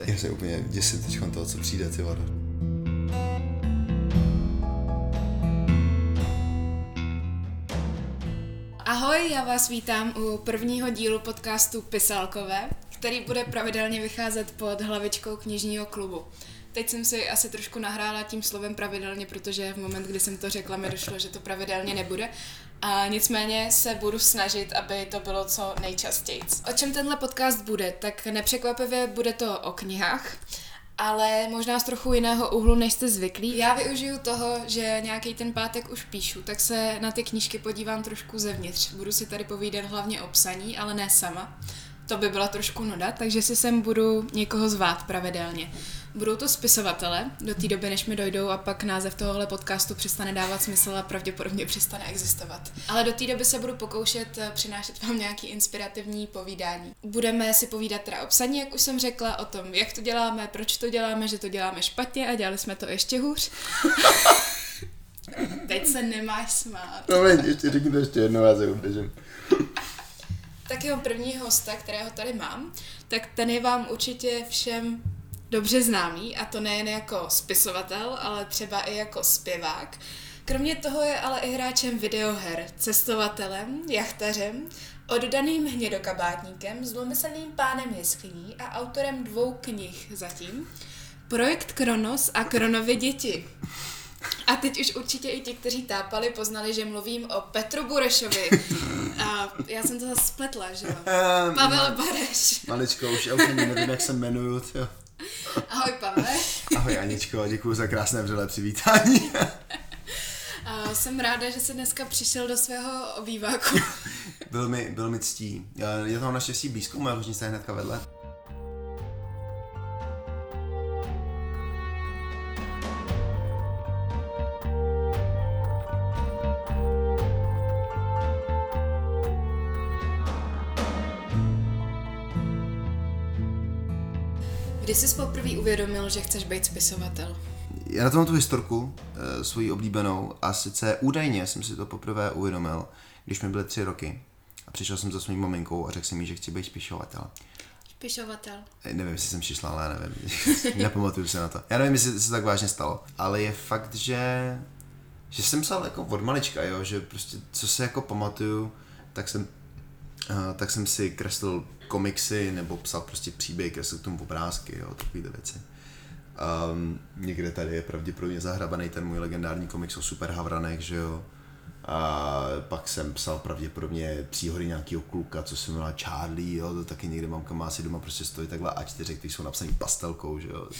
Já se úplně děsím teď toho, co přijde, ty vado. Ahoj, já vás vítám u prvního dílu podcastu Pisálkové, který bude pravidelně vycházet pod hlavičkou knižního klubu. Teď jsem si asi trošku nahrála tím slovem pravidelně, protože v moment, kdy jsem to řekla, mi došlo, že to pravidelně nebude. A nicméně se budu snažit, aby to bylo co nejčastěji. O čem tenhle podcast bude? Tak nepřekvapivě bude to o knihách, ale možná z trochu jiného úhlu, než jste zvyklí. Já využiju toho, že nějaký ten pátek už píšu, tak se na ty knížky podívám trošku zevnitř. Budu si tady povídat hlavně o psaní, ale ne sama. To by byla trošku nuda, takže si sem budu někoho zvát pravidelně. Budou to spisovatele do té doby, než mi dojdou, a pak název tohohle podcastu přestane dávat smysl a pravděpodobně přestane existovat. Ale do té doby se budu pokoušet přinášet vám nějaký inspirativní povídání. Budeme si povídat teda o psaní, jak už jsem řekla, o tom, jak to děláme, proč to děláme, že to děláme špatně a dělali jsme to ještě hůř. Teď se nemáš smát. Ještě řekni to ještě jednou, já se uběžím. Takého prvního hosta, kterého tady mám, tak ten je vám určitě všem dobře známý, a to nejen jako spisovatel, ale třeba i jako zpěvák. Kromě toho je ale i hráčem videoher, cestovatelem, jachtařem, oddaným hnědokabátníkem, zlomyslným pánem jeskyní a autorem 2 knih zatím. Projekt Kronos a Kronovy děti. A teď už určitě i ti, kteří tápali, poznali, že mluvím o Petru Burešovi. A já jsem to zase spletla, že jo? Pavel Bareš. Maličko, už nevím, jak se jmenuju, tyjo. Ahoj, Pavle. Ahoj, Aničko, děkuju za krásné vřelé přivítání. A jsem ráda, že jsi dneska přišel do svého obýváku. Byl mi ctí. Je to naštěstí blízko, moje ložnice je hnedka vedle. Kdy jsi poprvé uvědomil, že chceš být spisovatel? Já na tom tu historku, svoji oblíbenou, a sice údajně jsem si to poprvé uvědomil, když mi byly 3 roky. A přišel jsem za svou maminkou a řekl jsem jí, že chci být spisovatel. Spisovatel. Nevím, jestli jsem šišla, ale nevím. Nepamatuju se na to. Já nevím, jestli se to tak vážně stalo. Ale je fakt, že jsem psal jako od malička, jo? Že prostě, co se jako pamatuju, tak jsem si kreslil komiksy, nebo psal prostě příběhy, kreslil k tomu obrázky, jo, takovýhle věci. Někde tady je pravděpodobně zahrabaný ten můj legendární komiks o Super Havranech, že jo. A pak jsem psal pravděpodobně příhody nějakého kluka, co se jmenuje Charlie, jo, to taky někde mamka má si doma, prostě stojí takhle A4, které jsou napsaný pastelkou, že jo.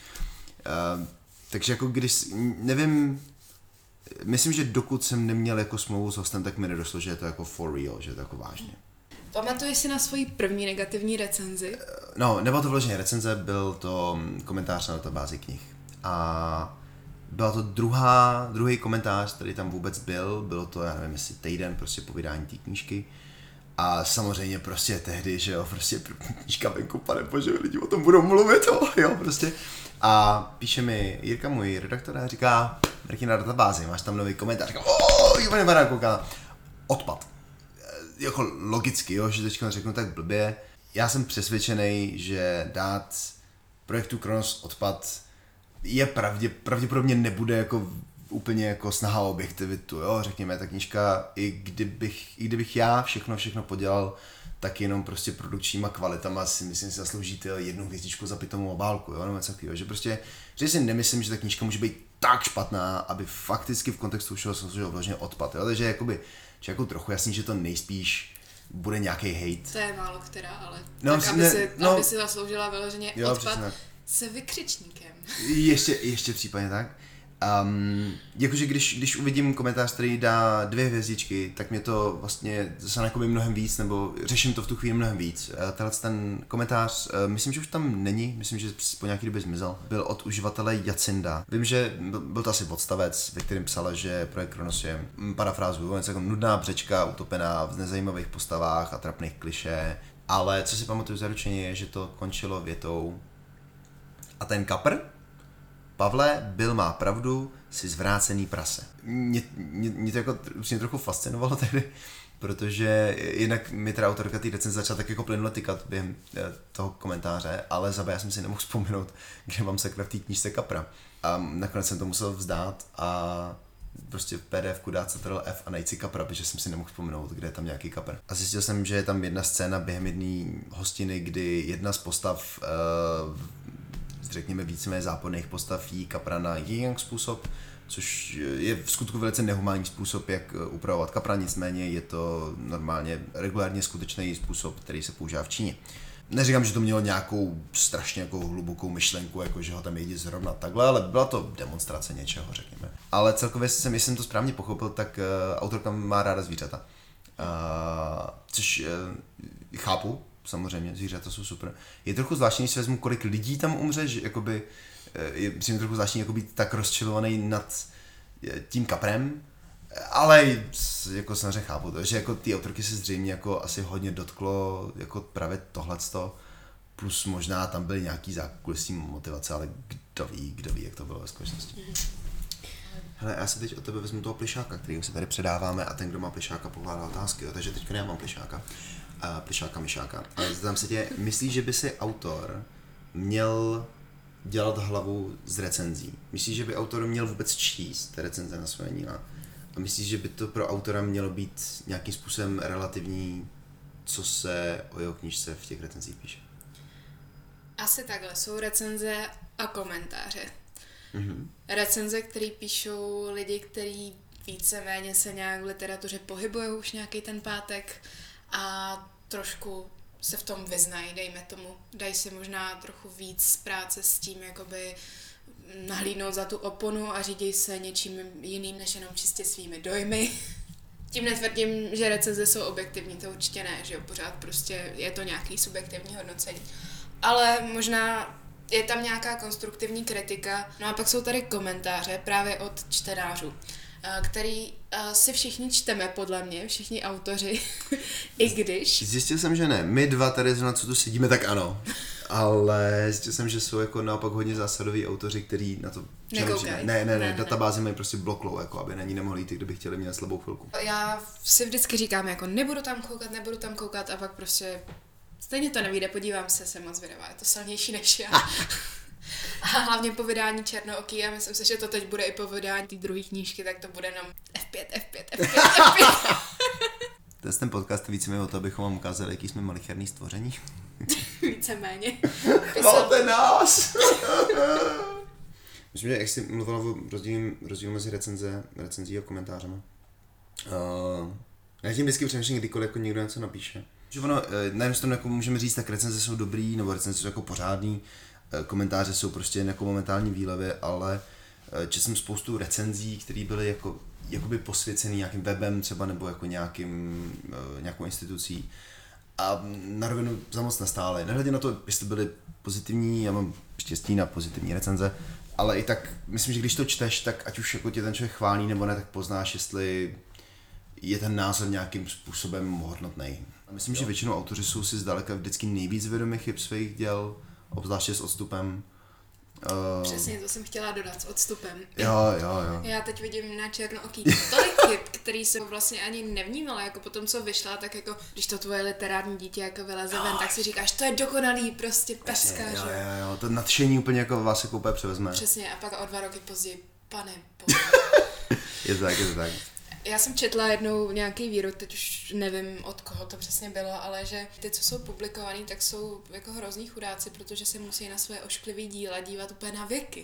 Takže jako když, nevím, myslím, že dokud jsem neměl jako smlouvu s hostem, tak mi nedošlo, že je to jako for real, že je to jako vážně. Pamatuješ si na svoji první negativní recenzi? No, nebyla to vloženě recenze, byl to komentář na databázi knih. A byla to druhý komentář, který tam vůbec bylo to, já nevím, jestli týden prostě po vydání té knížky. A samozřejmě prostě tehdy, že jo, prostě knížka venku, panebože, lidi o tom budou mluvit, jo, prostě. A píše mi Jirka, můj redaktor, a říká, mrkni na databázi, máš tam nový komentář. Říkám, Ivane Bará kouká, odpad. Jako logicky, jo, že teďka řeknu tak blbě. Já jsem přesvědčený, že dát projektu Kronos odpad je pravděpodobně nebude jako úplně jako snaha o objektivitu, jo, řekněme, ta knížka, i kdybych já všechno podělal, tak jenom prostě produkčníma kvalitama si myslím, si zaslouží 1 hvězdičku za pitomou obálku, jo, nebo něco takového, že prostě, že si nemyslím, že ta knížka může být tak špatná, aby fakticky v kontextu všeho zasloužila vloženě odpad, jo, takže jakoby, že jako trochu jasný, že to nejspíš bude nějaký hate. To je málo která, ale no, tak aby si zasloužila vyloženě jo, odpad se vykřičníkem. Ještě případně tak. Jakože když uvidím komentář, který dá 2 hvězdičky, tak mě to vlastně zase jakoby mnohem víc, nebo řeším to v tu chvíli mnohem víc. Ten komentář, myslím, že už tam není, myslím, že po nějaký době zmizel, byl od uživatele Jacinda. Vím, že byl to asi odstavec, ve kterém psala, že projekt Kronos je, parafrázuju, jako nudná břečka, utopená v nezajímavých postavách a trapných klišé, ale co si pamatuju zaručeně je, že to končilo větou a ten kapr? Pavle, Bill má pravdu, jsi zvrácený prase. Mě to jako mě trochu fascinovalo tehdy, protože jinak mi teda autorka té recenze začala tak jako plynule tykat během toho komentáře, ale za B já jsem si nemohl vzpomenout, kde mám sakra v té knížce kapra. A nakonec jsem to musel vzdát a prostě v PDF-ku dát Ctrl+F a najít si kapra, protože jsem si nemohl vzpomenout, kde je tam nějaký kapr. A zjistil jsem, že je tam jedna scéna během jedné hostiny, kdy jedna z postav, řekněme víceméně záporných postav, jí kapra na yin způsob, což je v skutku velice nehumánní způsob, jak upravovat kapra, nicméně je to normálně regulárně skutečný způsob, který se používá v Číně. Neříkám, že to mělo nějakou strašně jako hlubokou myšlenku, jako že ho tam jedí zrovna takhle, ale byla to demonstrace něčeho, řekněme. Ale celkově jestli jsem to správně pochopil, tak autorka má ráda zvířata. Což chápu, samozřejmě, zvířata jsou super. Je trochu zvláštní, když si vezmu, kolik lidí tam umře, že jakoby je přijím trochu zvláštní jako být tak rozčilovaný nad tím kaprem, ale jako samozřejmě chápu to, že jako ty autorky se zřejmě jako asi hodně dotklo jako právě tohleto, plus možná tam byly nějaký zákulisní motivace, ale kdo ví, jak to bylo ve skutečnosti. Hele, já si teď od tebe vezmu toho plišáka, kterýho si tady předáváme a ten, kdo má plišáka, pokládá otázky, takže teďka já mám plišáka. Plišáka, myšáka. Ale zeptám se tě, myslíš, že by si autor měl dělat hlavu z recenzí? Myslíš, že by autor měl vůbec číst recenze na své díla? A myslíš, že by to pro autora mělo být nějakým způsobem relativní, co se o jeho knížce v těch recenzích píše? Asi takhle, jsou recenze a komentáře. Mm-hmm. Recenze, které píšou lidi, kteří víceméně se nějak v literatuře pohybují už nějaký ten pátek a trošku se v tom vyznají, dejme tomu. Dají si možná trochu víc práce s tím, jakoby nahlídnout za tu oponu a řídí se něčím jiným, než jenom čistě svými dojmy. Tím netvrdím, že recenze jsou objektivní, to určitě ne, že jo, pořád prostě je to nějaký subjektivní hodnocení. Ale možná je tam nějaká konstruktivní kritika, no a pak jsou tady komentáře právě od čtenářů, který si všichni čteme, podle mě, všichni autoři, i když... Zjistil jsem, že ne. My dva tady zrovna, co tu sedíme, tak ano. Ale zjistil jsem, že jsou jako naopak hodně zásadoví autoři, kteří na to... Ne, databáze mají prostě bloklou, jako aby na ní nemohli jít, kdyby chtěli mít slabou chvilku. Já si vždycky říkám, jako nebudu tam koukat a pak prostě stejně to nevyjde, podívám se, jsem moc zvědavá, je to silnější než já. A hlavně po vydání Černooký, a myslím si, že to teď bude i po vydání té druhé knížky, tak to bude jenom F5. To je ten podcast víceméně o to, abychom vám ukázali, jaký jsme malicherný stvoření. Víceméně. Máte nás! Myslím, že jak jsi mluvila o rozdílu mezi recenzí a komentářema. Já tím vždycky přemýšlím, kdykoliv jako někdo něco napíše. Že ono, na jednu stranu jako můžeme říct, tak recenze jsou dobrý, nebo recenze jsou jako pořádný, komentáře jsou prostě jako momentální výlevy, ale četl jsem spoustu recenzí, které byly jakoby posvěcený nějakým webem třeba, nebo jako nějakou institucí. A na rovinu za moc nestály. Nehledě na to, jestli byly pozitivní, já mám štěstí na pozitivní recenze, ale i tak myslím, že když to čteš, tak ať už jako tě ten člověk chválí nebo ne, tak poznáš, jestli je ten názor nějakým způsobem hodnotný. Myslím, že většinou autoři jsou si zdaleka vždycky nejvíc vědomi chyb svých děl, obzvláště s odstupem. Přesně, to jsem chtěla dodat s odstupem. Jo. Já teď vidím na Černooký tolik chyb, který jsem vlastně ani nevnímala, jako po tom, co vyšla, tak jako, když to tvoje literární dítě jako vyleze ven, tak si říkáš, to je dokonalý, prostě peska, že jo, to nadšení úplně jako vás jako úplně převezme. Přesně, a pak o 2 roky později, pane bože. Je to tak. Já jsem četla jednou nějaký výrok, teď už nevím, od koho to přesně bylo, ale že ty, co jsou publikovaný, tak jsou jako hrozný chudáci, protože se musí na své ošklivý díla dívat úplně na věky.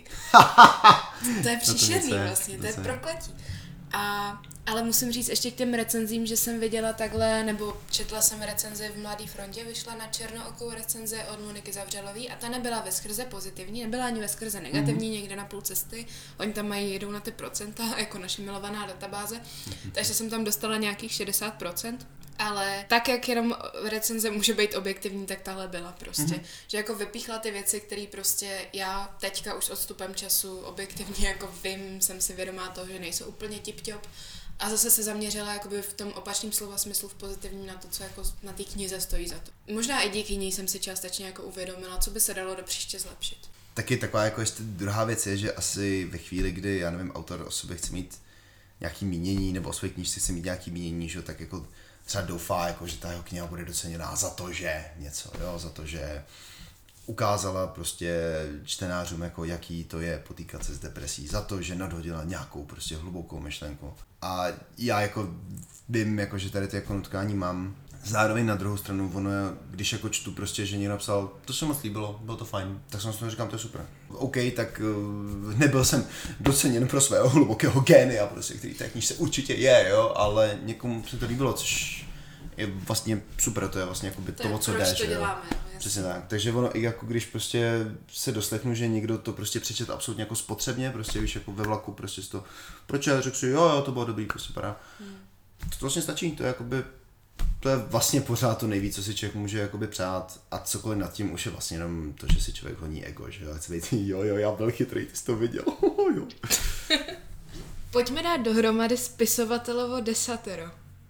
To je příšerný vlastně, to je prokletí. Ale musím říct ještě k těm recenzím, že jsem viděla takhle, nebo četla jsem recenzi v Mladé frontě, vyšla na Černookou recenze od Moniky Zavřelový a ta nebyla veskrze pozitivní, nebyla ani veskrze negativní, někde na půl cesty. Oni tam jedou na ty procenta, jako naše milovaná databáze, takže jsem tam dostala nějakých 60%. Ale tak, jak jenom recenze může být objektivní, tak tahle byla prostě. Že jako vypíchla ty věci, které prostě já teďka už s odstupem času objektivně jako vím, jsem si vědomá toho, že nejsou úplně tip-top. A zase se zaměřila jakoby v tom opačném slova smyslu v pozitivním na to, co jako na té knize stojí za to. Možná i díky ní jsem si částečně jako uvědomila, co by se dalo do příště zlepšit. Taky taková jako ještě druhá věc je, že asi ve chvíli, kdy, já nevím, autor o sobě chce mít nějaký mínění, nebo o své knížce chce mít nějaký mínění, že tak jako třeba doufá, jako, že ta jeho kniha bude doceněná za to, že něco, jo, za to, že ukázala prostě čtenářům, jako jaký to je potýkat se s depresí, za to, že nadhodila nějakou prostě hlubokou myšlenku. A já jako vím, jako, že tady ty jako nutkání mám. Zároveň na druhou stranu, ono, když jako čtu prostě, že někdo napsal, to se moc líbilo, bylo to fajn, tak jsem si říkám, to je super. OK, tak nebyl jsem doceněn pro svého hlubokého génia, prostě, který té knížce určitě je, jo, ale někomu se to líbilo, což je vlastně super, to je vlastně jakoby to, o co jdeš, to děláme, jo. Přesně tak, takže ono i jako když prostě se doslechnu, že někdo to prostě přečet absolutně jako spotřebně, prostě víš, jako ve vlaku prostě to pročet, řekl si, jo, to bylo dobrý, prostě para. To vlastně stačí, to je jakoby, to je vlastně pořád to nejvíc, co si člověk může jakoby přát a cokoliv nad tím už je vlastně jenom to, že si člověk honí ego, že jo, chce být, jo, já byl chytrý, ty jsi to viděl, jo. Pojďme dát dohromady spisovatelovo desatero.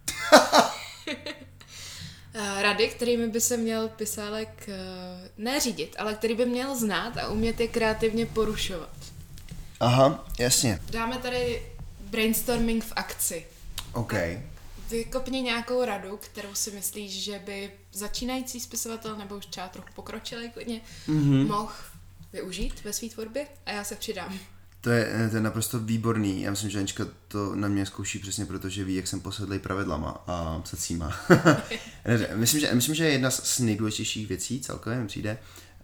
Rady, kterými by se měl pisálek ne řídit, ale který by měl znát a umět je kreativně porušovat. Aha, jasně. Dáme tady brainstorming v akci. OK. Vykopni nějakou radu, kterou si myslíš, že by začínající spisovatel nebo už třeba trochu pokročilý klidně mohl využít ve své tvorbě a já se přidám. To je naprosto výborný. Já myslím, že Anička to na mě zkouší přesně proto, že ví, jak jsem posedlej pravidlama a psacíma. myslím, že je jedna z nejdůležitějších věcí, celkově mi přijde.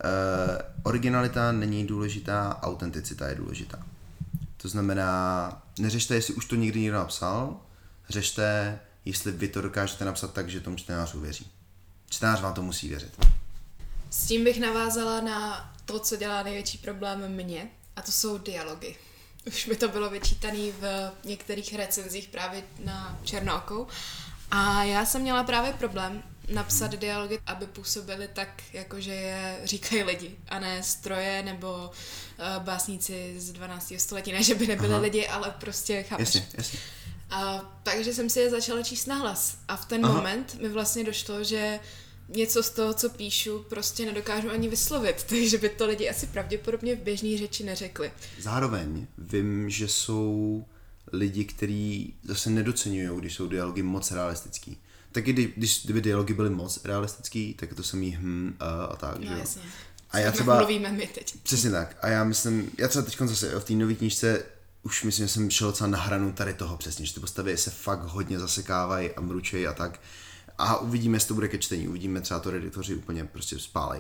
Originalita není důležitá, autenticita je důležitá. To znamená, neřešte, jestli už to nikdy někdo napsal, řešte, jestli vy to dokážete napsat tak, že tomu čtenář uvěří. Čtenář vám to musí věřit. S tím bych navázala na to, co dělá největší problém mě, a to jsou dialogy. Už mi to bylo vyčítané v některých recenzích právě na Černookou. A já jsem měla právě problém napsat dialogy, aby působily tak, jakože je říkají lidi, a ne stroje nebo básníci z 12. století. Ne, že by nebyli lidi, ale prostě chápeš. Jasně. Takže jsem si je začala číst nahlas. A v ten moment mi vlastně došlo, že něco z toho, co píšu, prostě nedokážu ani vyslovit, takže by to lidi asi pravděpodobně v běžné řeči neřekli. Zároveň vím, že jsou lidi, kteří zase nedoceňují, když jsou dialogy moc realistický. Taky kdyby dialogy byly moc realistický, tak je to samý a tak, no, že jo. Jasně. A já třeba mluvíme my teď. Přesně tak. A já třeba teď zase v té nové knížce už myslím, že jsem šel docela na hranu tady toho přesně, že ty postavy se fakt hodně zasekávají a mručejí a tak. A uvidíme, jestli to bude ke čtení, uvidíme, třeba to redaktoři úplně prostě spálej.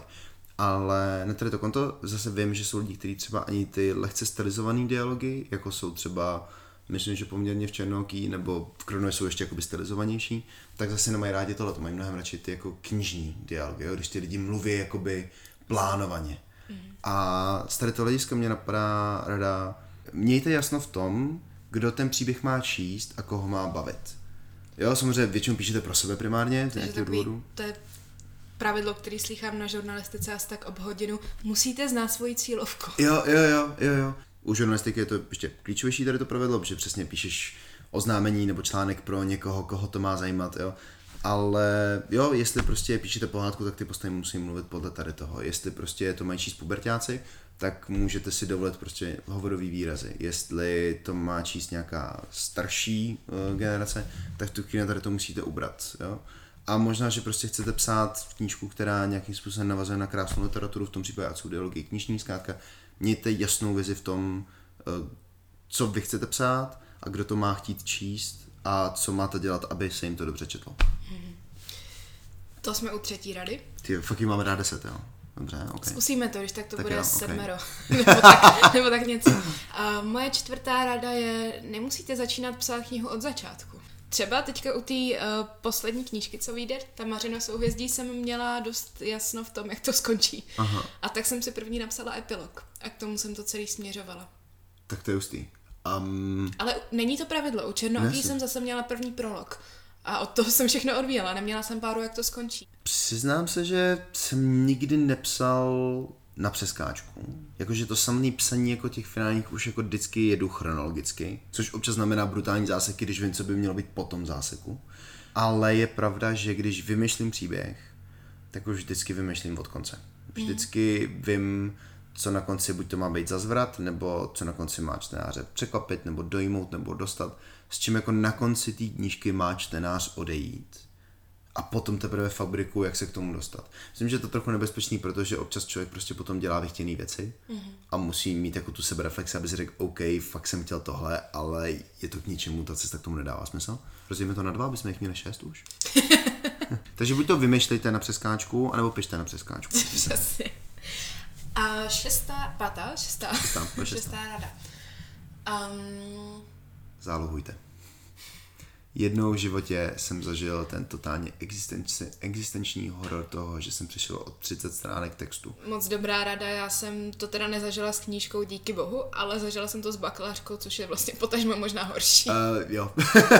Ale na tady to konto zase vím, že jsou lidi, kteří třeba ani ty lehce stylizované dialogy, jako jsou třeba, myslím, že poměrně v Černooký nebo v Krono jsou ještě jakoby stylizovanější, tak zase nemají rádi tohle, to mají mnohem radši ty jako knižní dialogy, jo? Když ty lidi mluví jakoby plánovaně. A z tady toho hlediska mě napadá rada, mějte jasno v tom, kdo ten příběh má číst a koho má bavit. Jo, samozřejmě většinou píšete pro sebe primárně, z nějakého důvodu. To je pravidlo, který slychám na žurnalistice asi tak ob hodinu. Musíte znát svoji cílovku. Jo. U žurnalistiky je to ještě klíčovější tady to pravidlo, protože přesně píšeš oznámení nebo článek pro někoho, koho to má zajímat, jo. Ale jo, jestli prostě píšete pohádku, tak ty postavy musí mluvit podle tady toho. Jestli prostě to mají číst puberťáci, tak můžete si dovolit prostě hovorový výrazy. Jestli to má číst nějaká starší generace, tak tu chvíli tady to musíte ubrat, jo. A možná, že prostě chcete psát knížku, která nějakým způsobem navazuje na krásnou literaturu, v tom případě ať jsou dialogy knižní, zkrátka mějte jasnou vizi v tom, co vy chcete psát a kdo to má chtít číst a co máte dělat, aby se jim to dobře četlo. To jsme u třetí rady. Ty fakt jim máme dát 10, jo? Dobře, ok. Zkusíme to, když tak to tak bude jo, 7. okay. nebo tak něco. Moje čtvrtá rada je, nemusíte začínat psát knihu od začátku. Třeba teďka u té poslední knížky, co vyjde, ta Mařino souhvězdí, jsem měla dost jasno v tom, jak to skončí. Aha. A tak jsem si první napsala epilog a k tomu jsem to celý směřovala. Tak to je hustý. Ale není to pravidlo. U Černooky jsem zase měla první prolog. A od toho jsem všechno odvíjela. Neměla jsem páru, jak to skončí. Přiznám se, že jsem nikdy nepsal na přeskáčku. Jakože to samé psaní jako těch finálních už jako vždycky jedu chronologicky, což občas znamená brutální záseky, když vím, co by mělo být po tom záseku. Ale je pravda, že když vymýšlím příběh, tak už vždycky vymýšlím od konce. Vždycky vím, co na konci buď to má být za zvrat, nebo co na konci má čtenáře překvapit, nebo dojmout, nebo dostat, s čím jako na konci té knížky má čtenář odejít. a potom teprve fabriku, jak se k tomu dostat. Myslím, že je to trochu nebezpečný, protože občas člověk prostě potom dělá vychtěný věci a musí mít jako tu sebereflexi, aby si řekl, OK, fakt jsem chtěl tohle, ale je to k ničemu, ta cesta k tomu nedává smysl. Rozdělíme to na 2, aby jsme jich měli 6 už. Takže buď to vymýšlejte na přeskáčku, anebo pište na přeskáčku. A šestá rada. Zálohujte. Jednou v životě jsem zažil ten totálně existenční horor toho, že jsem přišel od 30 stránek textu. Moc dobrá rada, já jsem to teda nezažila s knížkou, díky bohu, ale zažila jsem to s bakalářkou, což je vlastně potažmo možná horší. Jo.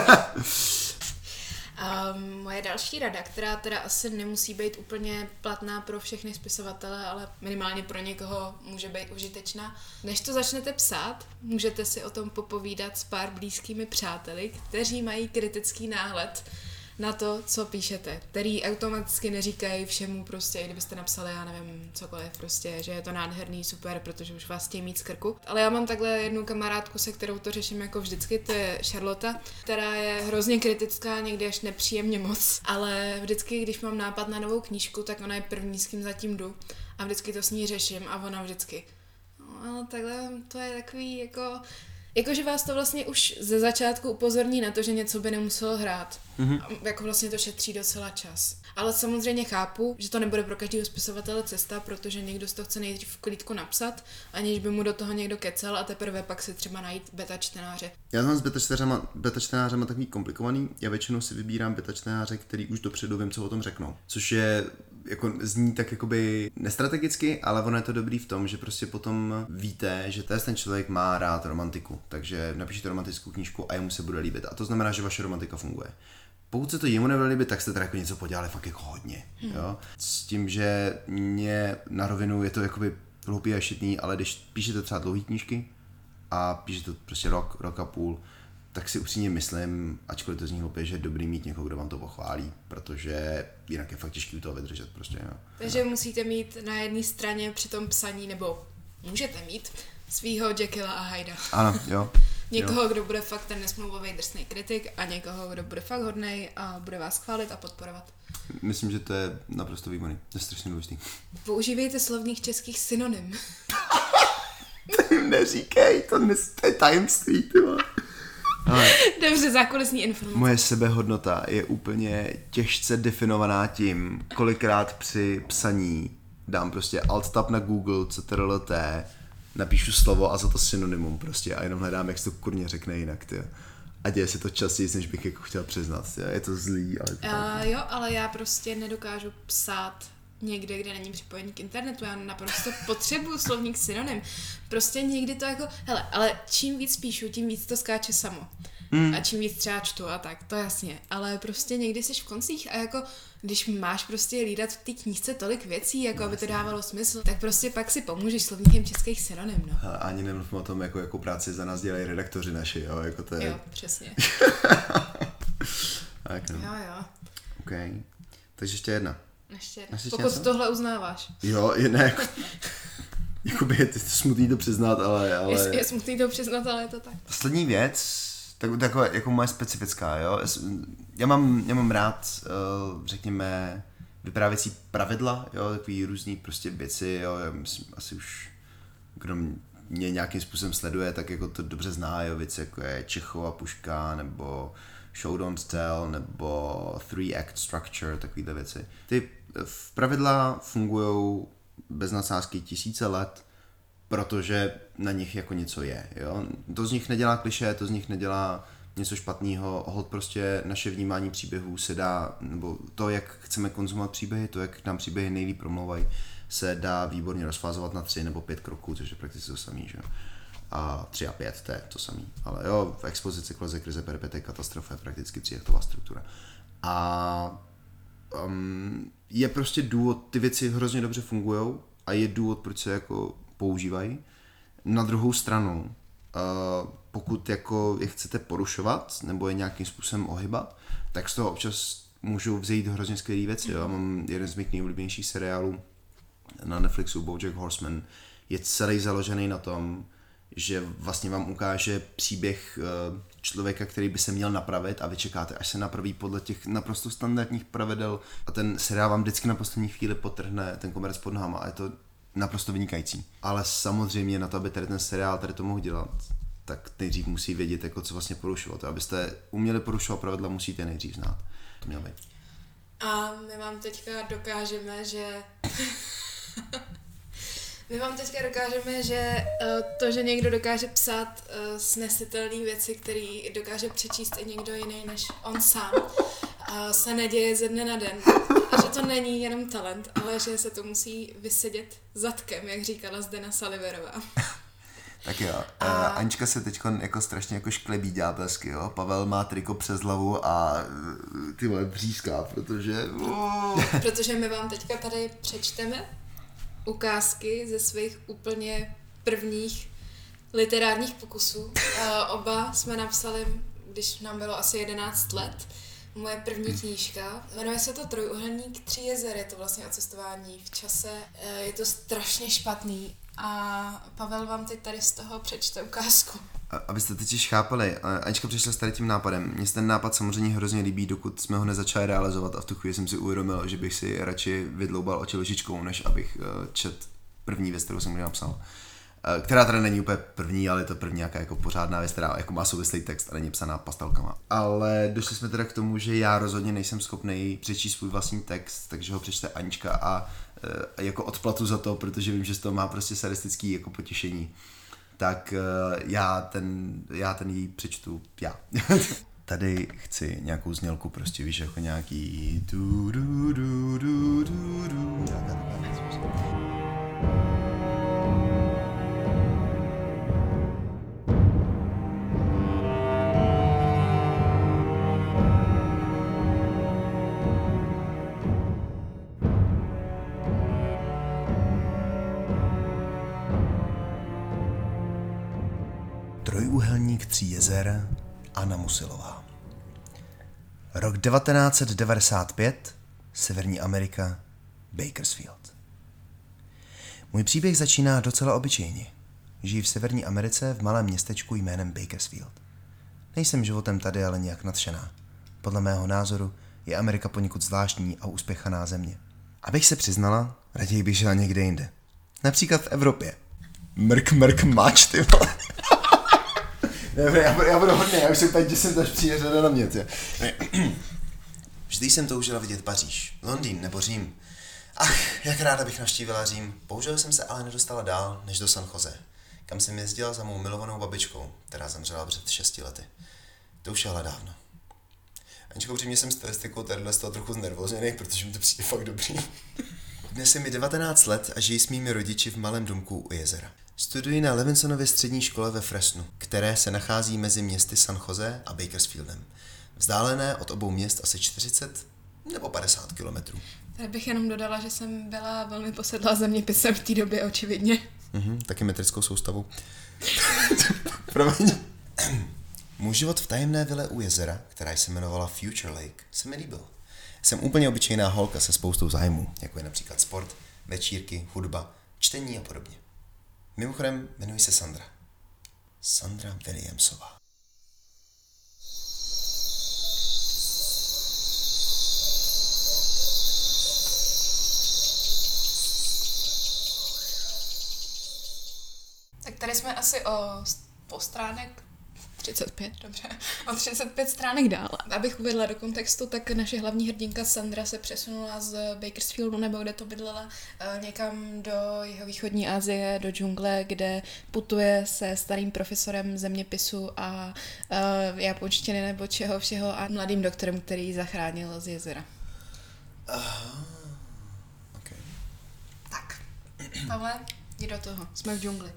Moje další rada, která teda asi nemusí být úplně platná pro všechny spisovatele, ale minimálně pro někoho může být užitečná. Než to začnete psát, můžete si o tom popovídat s pár blízkými přáteli, kteří mají kritický náhled na to, co píšete, který automaticky neříkají všemu prostě, i kdybyste napsali, já nevím, cokoliv prostě, že je to nádherný, super, protože už vás chtějí mít z krku. Ale já mám takhle jednu kamarádku, se kterou to řeším jako vždycky, to je Charlotte, která je hrozně kritická, někdy až nepříjemně moc, ale vždycky, když mám nápad na novou knížku, tak ona je první, s kým zatím jdu a vždycky to s ní řeším a ona vždycky, no takhle to je takový Jakože vás to vlastně už ze začátku upozorní na to, že něco by nemuselo hrát. Jako vlastně to šetří docela čas. Ale samozřejmě chápu, že to nebude pro každého spisovatele cesta, protože někdo si to chce nejdřív v klídku napsat, aniž by mu do toho někdo kecal a teprve pak si třeba najít beta čtenáře. Já mám s beta čtenářema takový komplikovaný. Já většinou si vybírám beta čtenáře, který už dopředu vím, co o tom řeknou. Což je jako zní tak jakoby nestrategicky, ale ono je to dobrý v tom, že prostě potom víte, že ten člověk má rád romantiku, takže napíšete romantickou knížku a jemu se bude líbit. A to znamená, že vaše romantika funguje. Pokud se to jemu nebude líbit, tak jste teda jako něco podělali fakt jako hodně. Jo? S tím, že mě na rovinu je to jakoby hloupý a šitný, ale když píšete třeba dlouhý knížky a píšete prostě rok a půl, tak si upřímně myslím, ačkoliv to zní hloupě, že je dobrý mít někoho, kdo vám to pochválí, protože jinak je fakt těžký u toho vydržet prostě. Jo. Takže musíte mít na jedné straně při tom psaní, nebo můžete mít svýho Jekylla a Hyda. Ano, jo. Někoho, kdo bude fakt ten nesmlouvavý drsný kritik a někoho, kdo bude fakt hodnej a bude vás chválit a podporovat. Myslím, že to je naprosto výborný. To je strašně důležitý. Používejte slovník českých synonym. Neříkej, to je tajemství, ty vole. Dobře, zákulisní informace. Moje sebehodnota je úplně těžce definovaná tím, kolikrát při psaní dám prostě alt-tab na Google, CTRL-T, napíšu slovo a za to synonymum prostě a jenom hledám, jak se to kurně řekne jinak, ty. A děje se to častěji, než bych jako chtěl přiznat, ty. Je to zlý, ale to jo, ale já prostě nedokážu psát někde, kde není připojení k internetu, já naprosto potřebuju slovník synonym. Prostě někdy to jako, hele, ale čím víc píšu, tím víc to skáče samo. A čím víc třeba čtu a tak, to jasně. Ale prostě někdy jsi v koncích a jako, když máš prostě hlídat v té knížce tolik věcí, jako aby to dávalo smysl, tak prostě pak si pomůžeš slovníkem českých synonym, no. Hele, ani nemluvím o tom, jako práci za nás dělají redaktoři naši, jo, jako to je... Jo, přesně. Tak, no. Jo. OK. Takže ještě jedna. Pokud tohle uznáváš. Jo, ne, jako... Jakoby je to smutný to přiznat, ale... Je smutný to přiznat, ale je to tak. Poslední věc, taková jako moje specifická, jo. Já mám rád, řekněme, vyprávěcí pravidla, jo, takový různý prostě věci, jo, já myslím, asi už, kdo mě nějakým způsobem sleduje, tak jako to dobře zná, jo, věci jako je Čechova puška, nebo Show Don't Tell, nebo 3-act structure, takovýhle věci. Ty pravidla fungujou bez nadsázky tisíce let, protože na nich jako něco je, jo. To z nich nedělá klišé, to z nich nedělá něco špatného, holt prostě naše vnímání příběhů se dá, nebo to, jak chceme konzumovat příběhy, to, jak nám příběhy nejlíp promlouvají, se dá výborně rozfázovat na 3 nebo 5 kroků, což je prakticky to samý, že jo. A 3 a 5, to je to samý. Ale jo, v expozici, kloze, krize, peripety, katastrofa je prakticky 3aktová struktura. A je prostě důvod, ty věci hrozně dobře fungujou a je důvod, proč se jako používají. Na druhou stranu, pokud jako je chcete porušovat nebo je nějakým způsobem ohybat, tak z toho občas můžou vzejít hrozně skvělé věci. Jo? Mám jeden z mých nejoblíbenějších seriálů na Netflixu, BoJack Horseman, je celý založený na tom, že vlastně vám ukáže příběh člověka, který by se měl napravit a vy čekáte, až se napraví podle těch naprosto standardních pravidel a ten seriál vám vždycky na poslední chvíli potrhne ten koberec pod nohama a je to naprosto vynikající. Ale samozřejmě na to, aby tady ten seriál tady to mohl dělat, tak nejdřív musí vědět, jako co vlastně porušovat. Abyste uměli porušovat pravidla, musíte nejdřív znát. To mělo být. A my vám teďka dokážeme, že... to, že někdo dokáže psát snesitelné věci, které dokáže přečíst i někdo jiný než on sám, se neděje ze dne na den. A že to není jenom talent, ale že se to musí vysedět zadkem, jak říkala Zdena Saliverová. Tak jo, Anička se teď jako strašně jako šklebí ďábelsky, jo. Pavel má triko přes hlavu a ty vole bříská, protože... Protože my vám teďka tady přečteme ukázky ze svých úplně prvních literárních pokusů. Oba jsme napsali, když nám bylo asi 11 let, moje první knížka. Jmenuje se to Trojúhelník 3 jezer, je to vlastně o cestování v čase. Je to strašně špatný a Pavel vám teď tady z toho přečte ukázku. Abyste teď chápali, Anička přišla s tady tím nápadem. Mně se ten nápad samozřejmě hrozně líbí, dokud jsme ho nezačali realizovat a v tu chvíli jsem si uvědomil, že bych si radši vydloubal oči lžičkou, než abych čet první věc, kterou jsem kdy napsal. Která teda není úplně první, ale je to první nějaká jako pořádná věc, která jako má souvislý text a není psaná pastelkama. Ale došli jsme teda k tomu, že já rozhodně nejsem schopný přečíst svůj vlastní text, takže ho přečte Anička a jako odplatu za to, protože vím, že z toho má prostě sadistický jako potěšení. Tak já ten jí přečtu já. Tady chci nějakou znělku, prostě víš, jako nějaký Trojúhelník 3 jezer, Anna Musilová. Rok 1995, Severní Amerika, Bakersfield. Můj příběh začíná docela obyčejně. Žiji v Severní Americe v malém městečku jménem Bakersfield. Nejsem životem tady ale nějak nadšená. Podle mého názoru je Amerika poněkud zvláštní a uspěchaná země. Abych se přiznala, raději bych žila někde jinde. Například v Evropě. Mrk mač, ty vole. Já budu hodně, já už se úplně děsím, až přijde řada na mě, tě. Vždy jsem toužila vidět Paříž, Londýn nebo Řím. Ach, jak ráda bych navštívila Řím. Bohužel jsem se ale nedostala dál, než do San Jose, kam jsem jezdila za mou milovanou babičkou, která zemřela před 6 lety. To už je ale dávno. Aničko, upřímně jsem statistikou tady z toho trochu znervozněný, protože mi to přijde fakt dobrý. Dnes je mi 19 let a žiji s mými rodiči v malém domku u jezera. Studuji na Levinsonově střední škole ve Fresnu, které se nachází mezi městy San Jose a Bakersfieldem. Vzdálené od obou měst asi 40 nebo 50 kilometrů. Tady bych jenom dodala, že jsem byla velmi posedlá zeměpisem v té době, očividně. Taky metrickou soustavu. Promiň. Můj život v tajemné vile u jezera, která se jmenovala Future Lake, se mi líbil. Jsem úplně obyčejná holka se spoustou zájmů, jako je například sport, večírky, hudba, čtení a podobně. Mimochodem, jmenuji se Sandra. Sandra Williamsová. Tak tady jsme asi o stránek 35, dobře. O 35 stránek dál. Abych uvedla do kontextu, tak naše hlavní hrdinka Sandra se přesunula z Bakersfieldu, nebo kde to bydlela, někam do jihovýchodní Asie, do džungle, kde putuje se starým profesorem zeměpisu a japonštiny nebo čeho všeho a mladým doktorem, který ji zachránil z jezera. Okay. Tak, Pavle, jdi do toho. Jsme v džungli.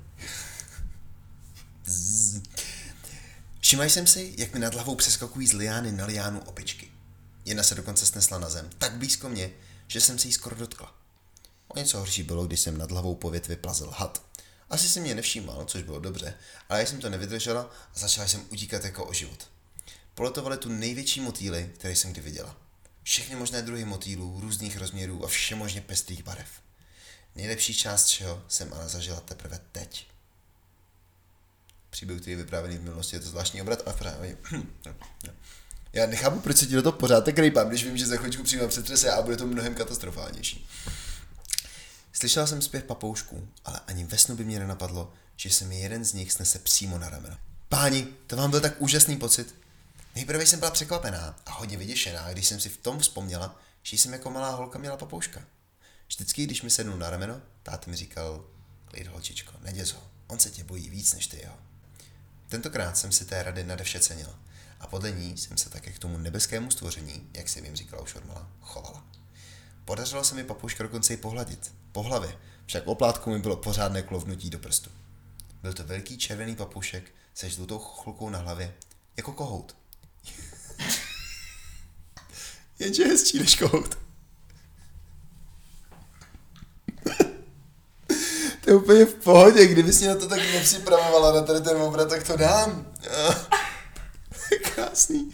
Všimla jsem si, jak mi nad hlavou přeskakují z liány na liánu opičky. Jedna se dokonce snesla na zem, tak blízko mě, že jsem se jí skoro dotkla. O něco horší bylo, když jsem nad hlavou po větvi plazil had. Asi si mě nevšímal, což bylo dobře, ale já jsem to nevydržela a začala jsem utíkat jako o život. Poletovaly tu největší motýly, které jsem kdy viděla. Všechny možné druhy motýlů, různých rozměrů a všemožně pestrých barev. Nejlepší část čeho jsem ale zažila teprve teď. příběh, který je vyprávěný v minulosti, je to zvláštní obrat, ale pořád. Já nechápu, proč se ti do toho pořád tak rejpám, když vím, že za chvíličku přijím přetrese a bude to mnohem katastrofálnější. Slyšela jsem zpěv papoušků, ale ani ve snu by mě nenapadlo, že se mi jeden z nich snese přímo na rameno. Páni, to vám byl tak úžasný pocit. Nejprve jsem byla překvapená a hodně vyděšená, když jsem si v tom vzpomněla, že jsem jako malá holka měla papouška. Vždycky, když mi sednul na rameno, táta mi říkal, klid holčičko, neděz ho, on se tě bojí víc než ty jeho. Tentokrát jsem si té rady nade vše cenila a podle ní jsem se také k tomu nebeskému stvoření, jak jsem jim říkala už odmala, chovala. Podařilo se mi papouška dokonce i pohladit, po hlavě, však oplátku mi bylo pořádné klovnutí do prstu. Byl to velký červený papoušek se žlutou chlukou na hlavě, jako kohout. Jenže hezčí než kohout. To je úplně v pohodě, kdybys mě na to tak nepřipravovala, na tady ten obrat, tak to dám. Krásný.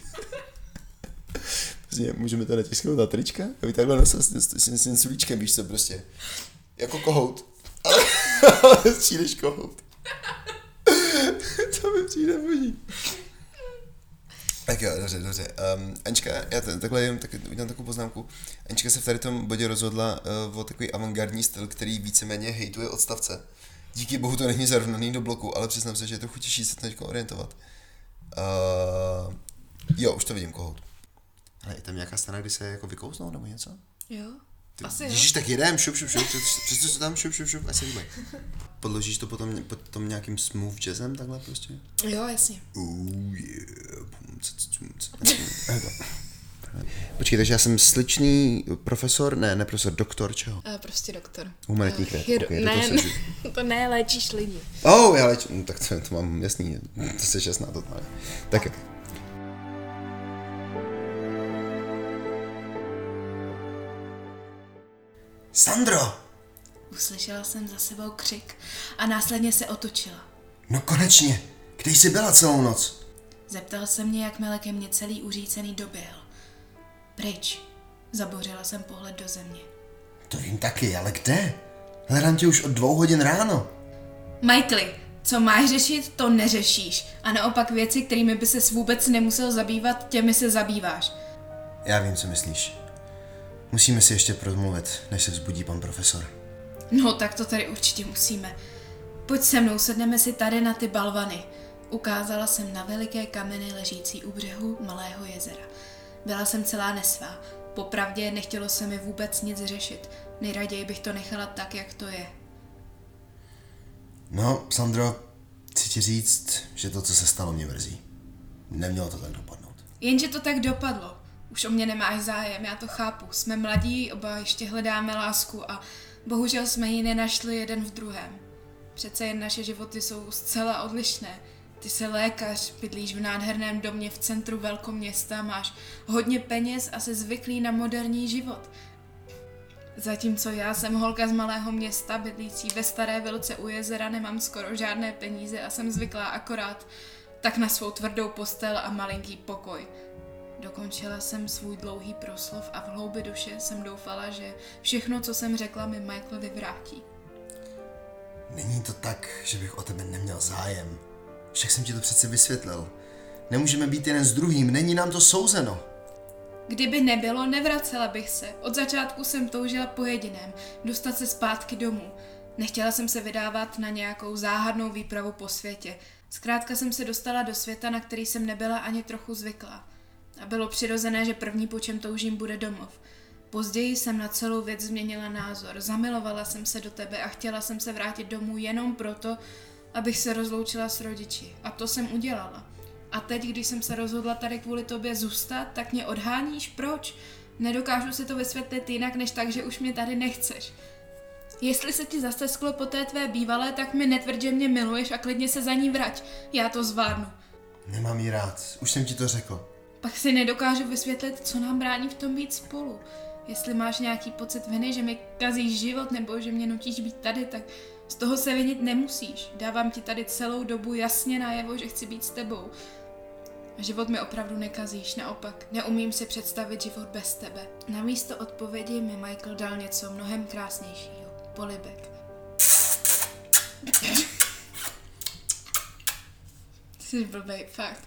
Můžeme to natisknout na trička? Aby takhle nosil s tím sulíčkem, víš co, prostě. Jako kohout. Ale hezčí než kohout. To mi přijde boží. Tak jo, dobře. Anička, já takhle jenom udělám takovou poznámku. Anička se v tady tom bodě rozhodla o takový avantgardní styl, který víceméně hejtuje odstavce. Díky bohu to není zarovnaný do bloku, ale přiznám se, že je trochu těžší se teď orientovat. Jo, už to vidím, kohout. Ale je tam nějaká strana, kdy se jako vykouznou nebo něco? Jo. Asi Ježíš, tak jedem, šup, přesto se tam šup, ať se líbej. Podložíš to potom nějakým smooth jazzem takhle prostě? Jo, jasně. Počkej, takže já jsem sličný profesor, ne profesor, doktor, čeho? Prostě doktor. Humanitních věd, okay, ne, to ne, léčíš lidi. Já léčím, no, tak to mám jasný, to se šestná to má. Tak jo. Sandro! Uslyšela jsem za sebou křik a následně se otočila. No konečně, kde jsi byla celou noc? Zeptal se mě, jakmile ke mně celý uřícený doběhl. Pryč. Zabořila jsem pohled do země. To vím taky, ale kde? Hledám tě už od 2 hodin ráno. Michaeli, co máš řešit, to neřešíš. A naopak věci, kterými by ses vůbec nemusel zabývat, těmi se zabýváš. Já vím, co myslíš. Musíme si ještě promluvit, než se vzbudí pan profesor. No, tak to tady určitě musíme. Pojď se mnou, sedneme si tady na ty balvany. Ukázala jsem na veliké kameny ležící u břehu malého jezera. Byla jsem celá nesvá. Popravdě nechtělo se mi vůbec nic řešit. Nejraději bych to nechala tak, jak to je. No, Sandro, chci ti říct, že to, co se stalo, mě mrzí. Nemělo to tak dopadnout. Jenže to tak dopadlo. Už o mě nemáš zájem, já to chápu. Jsme mladí, oba ještě hledáme lásku a bohužel jsme ji nenašli jeden v druhém. Přece jen naše životy jsou zcela odlišné. Ty jsi lékař, bydlíš v nádherném domě v centru velkoměsta, máš hodně peněz a jsi zvyklý na moderní život. Zatímco já jsem holka z malého města, bydlící ve staré vilce u jezera, nemám skoro žádné peníze a jsem zvyklá akorát tak na svou tvrdou postel a malinký pokoj. Dokončila jsem svůj dlouhý proslov a v hloubi duše jsem doufala, že všechno, co jsem řekla, mi Michael vyvrátí. Není to tak, že bych o tebe neměl zájem. Však jsem ti to přece vysvětlil. Nemůžeme být jeden s druhým, není nám to souzeno. Kdyby nebylo, nevracela bych se. Od začátku jsem toužila po jediném, dostat se zpátky domů. Nechtěla jsem se vydávat na nějakou záhadnou výpravu po světě. Zkrátka jsem se dostala do světa, na který jsem nebyla ani trochu zvyklá. A bylo přirozené, že první, po čem toužím, bude domov. Později jsem na celou věc změnila názor. Zamilovala jsem se do tebe a chtěla jsem se vrátit domů jenom proto, abych se rozloučila s rodiči. A to jsem udělala. A teď, když jsem se rozhodla tady kvůli tobě zůstat, tak mě odháníš? Proč? Nedokážu si to vysvětlit jinak, než tak, že už mě tady nechceš. Jestli se ti zastesklo po té tvé bývalé, tak mi netvrď, že mě miluješ a klidně se za ní vrať. Já to zvládnu. Nemám jí rád, už jsem ti to řekl. Pak si nedokážu vysvětlit, co nám brání v tom být spolu. Jestli máš nějaký pocit viny, že mi kazíš život nebo že mě nutíš být tady, tak z toho se vinit nemusíš. Dávám ti tady celou dobu jasně najevo, že chci být s tebou. A život mi opravdu nekazíš, naopak. Neumím si představit život bez tebe. Namísto odpovědi mi Michael dal něco mnohem krásnějšího. Polibek. Jsi blbej, fakt.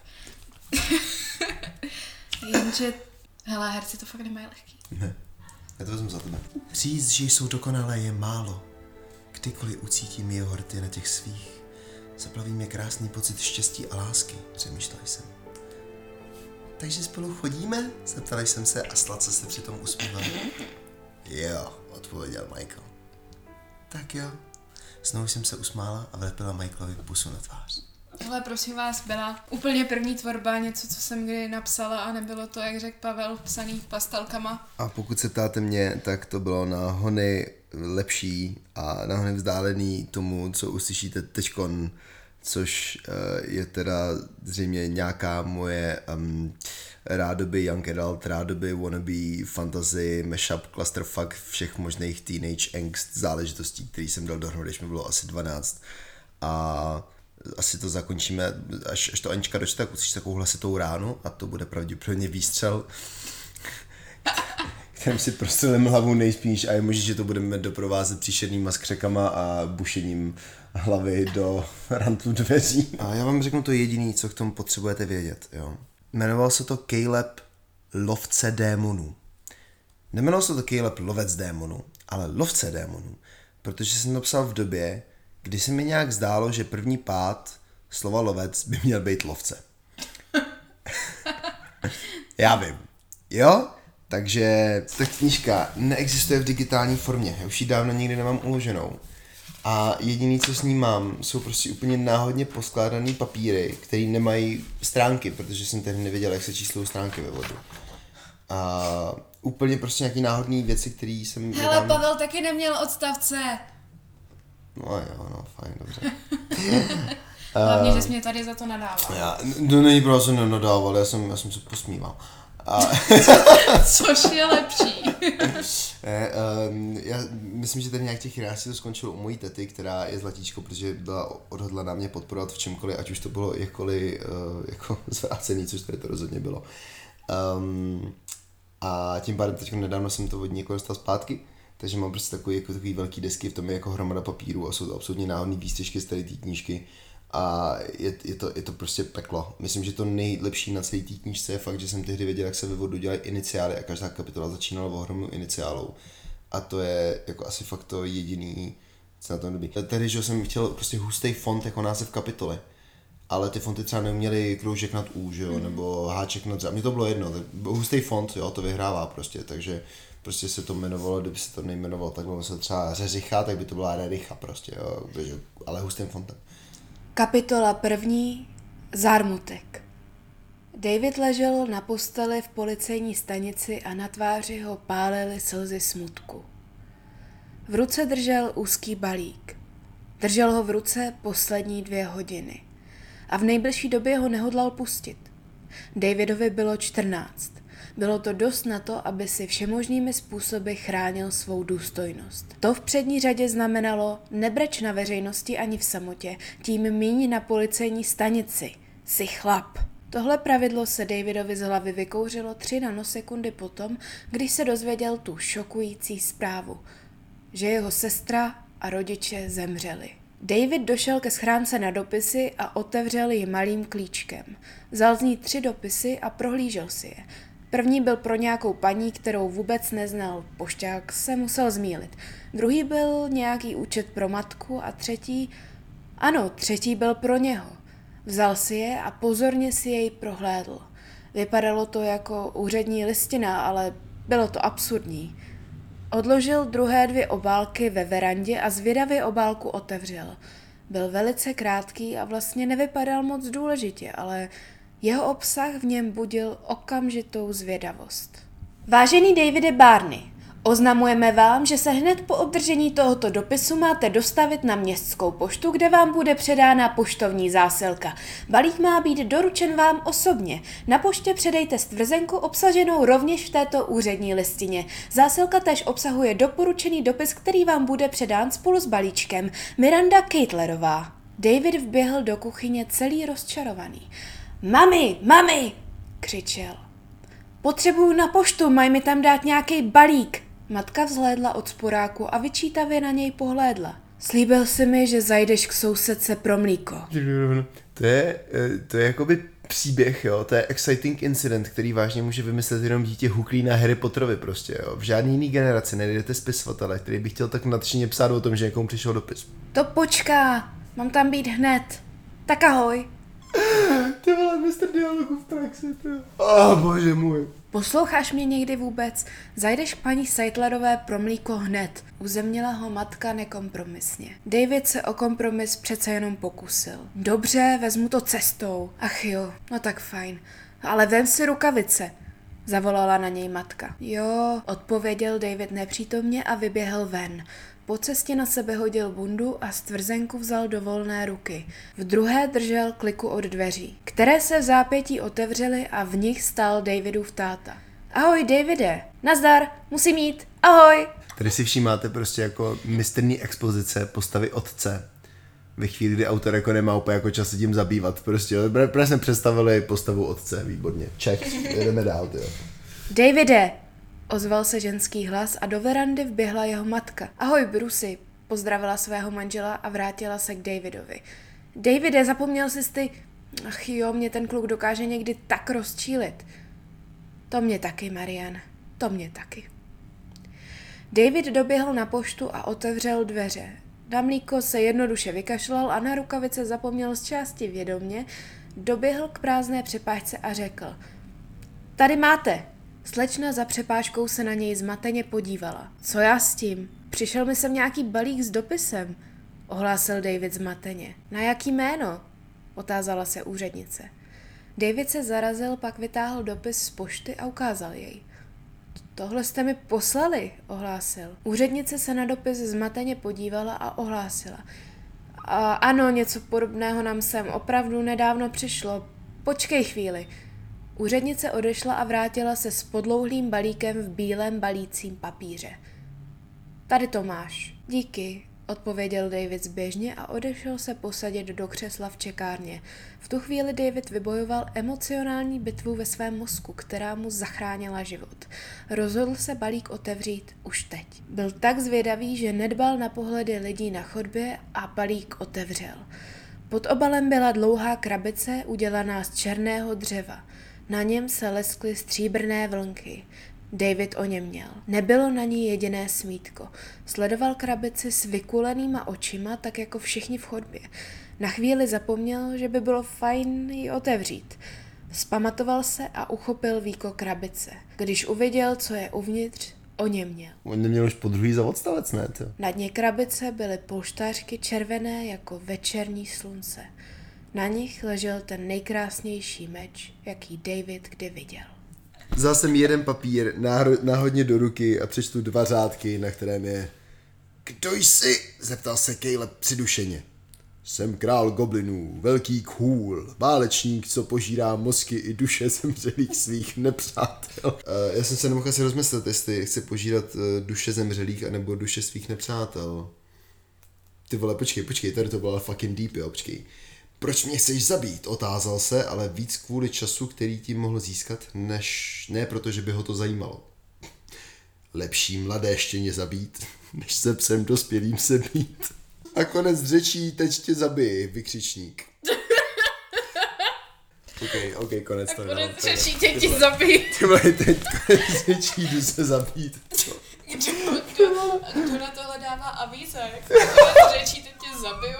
Jenže, hele, herci to fakt nemají lehký. Ne, já to vezmu za tebe. Říct, že jsou dokonalé, je málo. Kdykoliv ucítím jeho rty na těch svých, zaplaví mě krásný pocit štěstí a lásky, přemýšlel jsem. Takže spolu chodíme? Zeptala jsem se a sladce se přitom usmíval. Jo, odpověděl Michael. Tak jo. Znovu jsem se usmála a vlepila Michaelovi pusu na tvář. Tohle, prosím vás, byla úplně první tvorba, něco, co jsem kdy napsala a nebylo to, jak řekl Pavel, psaný pastelkama. A pokud se ptáte mě, tak to bylo na hony lepší a na hony vzdálený tomu, co uslyšíte teďkon, což je teda zřejmě nějaká moje rádoby young adult, rádoby wannabe, fantasy, mashup, clusterfuck, všech možných teenage angst záležitostí, který jsem dal dohromady, když mi bylo asi 12. A asi to zakončíme, až to Anička dočte, tak uslyšíte takovou hlasitou ránu a to bude pravděpodobně výstřel, kterým si prostřelím hlavu nejspíš a je možné, že to budeme doprovázet příšernýma skřekama a bušením hlavy do rantlu dveří. A já vám řeknu to jediné, co k tomu potřebujete vědět. Jo. Jmenoval se to Caleb Lovce démonů. Nemenoval se to Caleb Lovec démonů, ale Lovce démonů, protože jsem to psal v době, kdy se mi nějak zdálo, že první pád slova lovec by měl být lovce. Já vím. Jo? Takže ta knížka neexistuje v digitální formě. Já už ji dávno nikdy nemám uloženou. A jediný, co s ní mám, jsou prostě úplně náhodně poskládaný papíry, které nemají stránky, protože jsem tehdy nevěděl, jak se číslují stránky ve vodu. A úplně prostě nějaký náhodný věci, které jsem... Hele, nedávno... Pavel taky neměl odstavce. No jo, no, fajn, dobře. Hlavně, že jsi mě tady za to nadával. No není pravda, jsem nenadával, já jsem se posmíval. Což je lepší. Já myslím, že tady nějak těch 11 to skončilo u mojí tety, která je zlatíčko, protože byla odhodlaná mě podporovat v čemkoliv, ať už to bylo jakkoliv jako zvrácený, což tady to rozhodně bylo. A tím pádem teď nedávno jsem to od někoho dostal zpátky, takže mám prostě takový velký desky, v tom je jako hromada papíru a jsou to absolutně náhodný výstřižky z tady té knížky. A je to prostě peklo. Myslím, že to nejlepší na celé té knížce je fakt, že jsem tehdy věděl, jak se ve vodu dělají iniciály a každá kapitola začínala ohromnou iniciálou. A to je jako asi fakt to jediný, co na tom dobí. Tehdy, že jsem chtěl prostě hustý font jako název kapitoly, ale ty fonty třeba neuměly kroužek nad U, že jo, nebo háček nad Z. Mně to bylo jedno, hustý font, jo, to vyhrává prostě, takže prostě se to jmenovalo, kdyby se to nejmenovalo takhle, se třeba Řeřicha, tak by to byla Rericha prostě, jo, ale hustým fontem. Kapitola 1. Zármutek. David ležel na posteli v policejní stanici a na tváři ho pálily slzy smutku. V ruce držel úzký balík. Držel ho v ruce poslední 2 hodiny. A v nejbližší době ho nehodlal pustit. Davidovi bylo 14. Bylo to dost na to, aby si všemožnými způsoby chránil svou důstojnost. To v přední řadě znamenalo nebreč na veřejnosti ani v samotě, tím míň na policejní stanici. Jsi chlap. Tohle pravidlo se Davidovi z hlavy vykouřilo 3 nanosekundy potom, když se dozvěděl tu šokující zprávu, že jeho sestra a rodiče zemřeli. David došel ke schránce na dopisy a otevřel ji malým klíčkem. Vzal z ní 3 dopisy a prohlížel si je. První byl pro nějakou paní, kterou vůbec neznal, pošťák se musel zmýlit. Druhý byl nějaký účet pro matku a třetí byl pro něho. Vzal si je a pozorně si jej prohlédl. Vypadalo to jako úřední listina, ale bylo to absurdní. Odložil druhé 2 obálky ve verandě a zvědavě obálku otevřel. Byl velice krátký a vlastně nevypadal moc důležitě, ale jeho obsah v něm budil okamžitou zvědavost. Vážený Davide Barney, oznamujeme vám, že se hned po obdržení tohoto dopisu máte dostavit na městskou poštu, kde vám bude předána poštovní zásilka. Balík má být doručen vám osobně. Na poště předejte stvrzenku obsaženou rovněž v této úřední listině. Zásilka též obsahuje doporučený dopis, který vám bude předán spolu s balíčkem. Miranda Keitlerová. David vběhl do kuchyně celý rozčarovaný. Mami, křičel. Potřebuju na poštu, mají mi tam dát nějaký balík. Matka vzhlédla od sporáku a vyčítavě na něj pohlédla. Slíbil jsi mi, že zajdeš k sousedce pro mlíko. To je jakoby příběh, jo, to je exciting incident, který vážně může vymyslet jenom dítě huklý na Harry Potterovi prostě, jo. V žádný jiný generaci nenajdete spisovatele, který by chtěl tak nadšeně psát o tom, že někomu přišel dopis. To počká, mám tam být hned. Tak ahoj. Ty vole, mistr dialogu v praxi, to. Bože můj. Posloucháš mě někdy vůbec? Zajdeš k paní Saitlerové pro mlíko hned. Uzemnila ho matka nekompromisně. David se o kompromis přece jenom pokusil. Dobře, vezmu to cestou. Ach jo, no tak fajn. Ale vem si rukavice. Zavolala na něj matka. Jo, odpověděl David nepřítomně a vyběhl ven. Po cestě na sebe hodil bundu a stvrzenku vzal do volné ruky. V druhé držel kliku od dveří, které se v zápětí otevřely a v nich stál Davidův táta. Ahoj, Davide. Nazdar, musím jít. Ahoj. Tady si všímáte prostě jako mistrní expozice postavy otce. Ve chvíli, kdy autor jako nemá úplně jako čas se tím zabývat. Prostě, protože jsme představili postavu otce, výborně. Check, jdeme dál, tyjo. Davide, ozval se ženský hlas a do verandy vběhla jeho matka. Ahoj, Brucey, pozdravila svého manžela a vrátila se k Davidovi. Davide, zapomněl jsi ty... Ach jo, mě ten kluk dokáže někdy tak rozčílit. To mě taky, Marian, to mě taky. David doběhl na poštu a otevřel dveře. Na mlíko se jednoduše vykašlal a na rukavice zapomněl z části vědomně, doběhl k prázdné přepážce a řekl: Tady máte. Slečna za přepážkou se na něj zmateně podívala. Co já s tím? Přišel mi sem nějaký balík s dopisem, ohlásil David zmateně. Na jaký jméno? Otázala se úřednice. David se zarazil, pak vytáhl dopis z pošty a ukázal jej. Tohle jste mi poslali, ohlásil. Úřednice se na dopis zmateně podívala a ohlásila. Ano, něco podobného nám sem opravdu nedávno přišlo. Počkej chvíli. Úřednice odešla a vrátila se s podlouhlým balíkem v bílém balícím papíře. Tady to máš. Díky, odpověděl David zběžně a odešel se posadit do křesla v čekárně. V tu chvíli David vybojoval emocionální bitvu ve svém mozku, která mu zachránila život. Rozhodl se balík otevřít už teď. Byl tak zvědavý, že nedbal na pohledy lidí na chodbě a balík otevřel. Pod obalem byla dlouhá krabice udělaná z černého dřeva. Na něm se leskly stříbrné vlnky. David o něm měl. Nebylo na ní jediné smítko. Sledoval krabici s vykulenýma očima, tak jako všichni v chodbě. Na chvíli zapomněl, že by bylo fajn ji otevřít. Vzpamatoval se a uchopil víko krabice. Když uviděl, co je uvnitř, o něm měl. On neměl už po druhý za odstavec, ne? To. Na dně krabice byly polštářky červené jako večerní slunce. Na nich ležel ten nejkrásnější meč, jaký David kdy viděl. Vzal jsem jeden papír náhodně do ruky a přečtu 2 řádky, na kterém je: Kdo jsi? Zeptal se Caleb přidušeně. Jsem král goblinů, velký kůl, válečník, co požírá mozky i duše zemřelých svých nepřátel. Já jsem se nemohl asi rozmyslet, jestli chci požírat duše zemřelých anebo duše svých nepřátel. Ty vole, počkej, tady to bylo fucking deep, jo, počkej. Proč mě chceš zabít? Otázal se, ale víc kvůli času, který tím mohl získat, než ne proto, že by ho to zajímalo. Lepší mladé štěně zabít, než se psem dospělým se být. A konec řečí, teď tě zabij, vykřičník. OK, konec to. Konec řečí, teď tě zabij. Ty vole, teď konec řečí, jdu se zabít. Kdo na tohle dává avízek? Konec řečí, teď tě zabiju.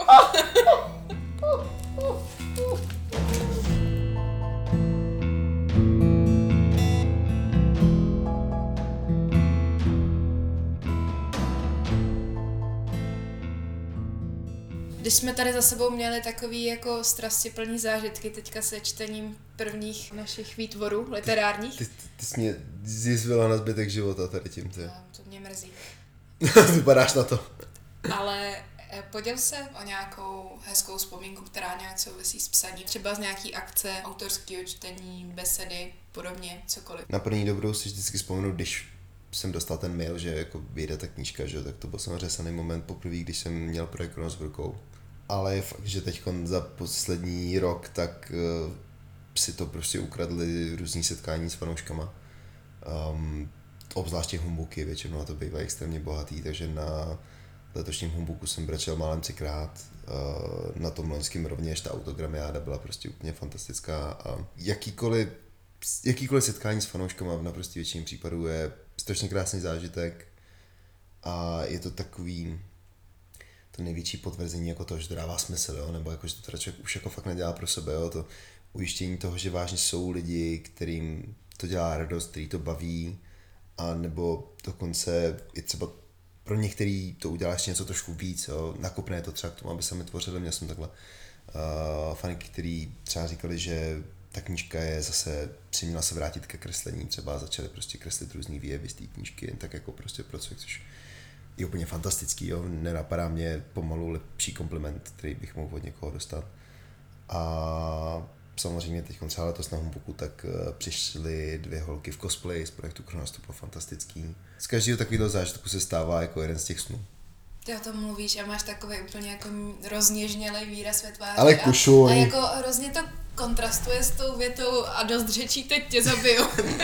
Když jsme tady za sebou měli takový jako strastiplný zážitky teďka se čtením prvních našich výtvorů literárních. Ty jsi mě zjizvila na zbytek života tady tím, ty. To mě mrzí. Vypadáš na to. Ale poděl se o nějakou hezkou vzpomínku, která nějak souvisí s psaním. Třeba z nějaký akce, autorského čtení, besedy, podobně, cokoliv. Na první dobrou si vždycky vzpomenu, když jsem dostal ten mail, že jako vyjde ta knížka, že? Tak to byl samozřejmě řesaný moment poprvé, když jsem měl projekt Kronos v rukou. Ale je fakt, že teď za poslední rok tak si to prostě ukradli různý setkání s fanouškama. Obzvláště humbuky většinou na to bývají extrémně bohatý, takže na letošním humbuku jsem brečel málem 3krát. na tom loňském rovněž ta autogramiáda byla prostě úplně fantastická a jakýkoliv setkání s fanouškama v naprostý většině případů je strašně krásný zážitek a je to takový to největší potvrzení jako to, že to dává smysl, jo? Nebo jako, že to teda člověk už jako fakt nedělá pro sebe, jo? To ujištění toho, že vážně jsou lidi, kterým to dělá radost, který to baví, a nebo dokonce je třeba pro některý to udělá ještě něco trošku víc, jo? Nakopne to třeba k tomu, aby sami tvořili. Měl jsem takhle faniky, který třeba říkali, že ta knížka je zase, měla se vrátit ke kreslení, třeba začali prostě kreslit různý výjevy z té knížky, jen tak jako prostě pro což je úplně fantastický, jo? Nenapadá mě pomalu lepší kompliment, který bych mohl od někoho dostat. A samozřejmě teď třeba letos na Humbuku tak přišly 2 holky v cosplay z projektu Kronos, to bylo fantastický. Z každého takového zážitku se stává jako jeden z těch snů. Ty o tom mluvíš a máš takový úplně jako rozněžnělej výraz ve tváři. Ale kušuj. A jako hrozně to kontrastuje s tou větou a dost řečí, teď tě zabiju.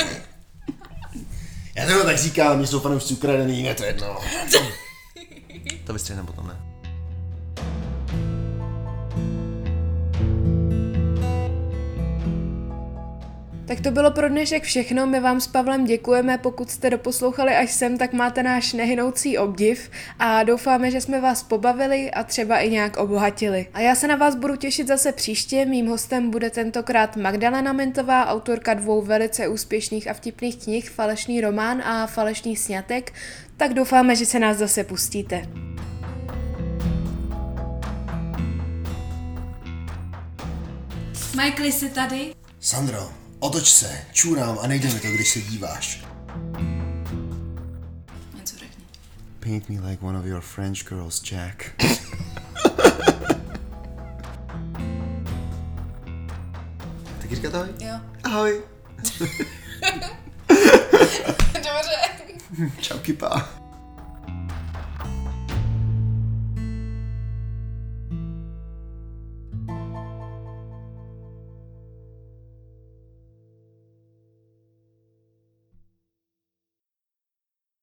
Já to tak říkám, mě jsou fanoušci ukradený, je to jedno. To vystřihnem potom, ne? Tak to bylo pro dnešek všechno, my vám s Pavlem děkujeme, pokud jste doposlouchali až sem, tak máte náš nehynoucí obdiv a doufáme, že jsme vás pobavili a třeba i nějak obohatili. A já se na vás budu těšit zase příště, mým hostem bude tentokrát Magdalena Mintová, autorka 2 velice úspěšných a vtipných knih Falešný román a Falešný sňatek, tak doufáme, že se nás zase pustíte. Michael, jsi tady? Sandro, otoč se, čurám a nejde mi to, když se díváš. Něco řekni. Paint me like one of your French girls, Jack. Taky říkat ahoj? Jo. Ahoj. Dobře. Čau, kypa.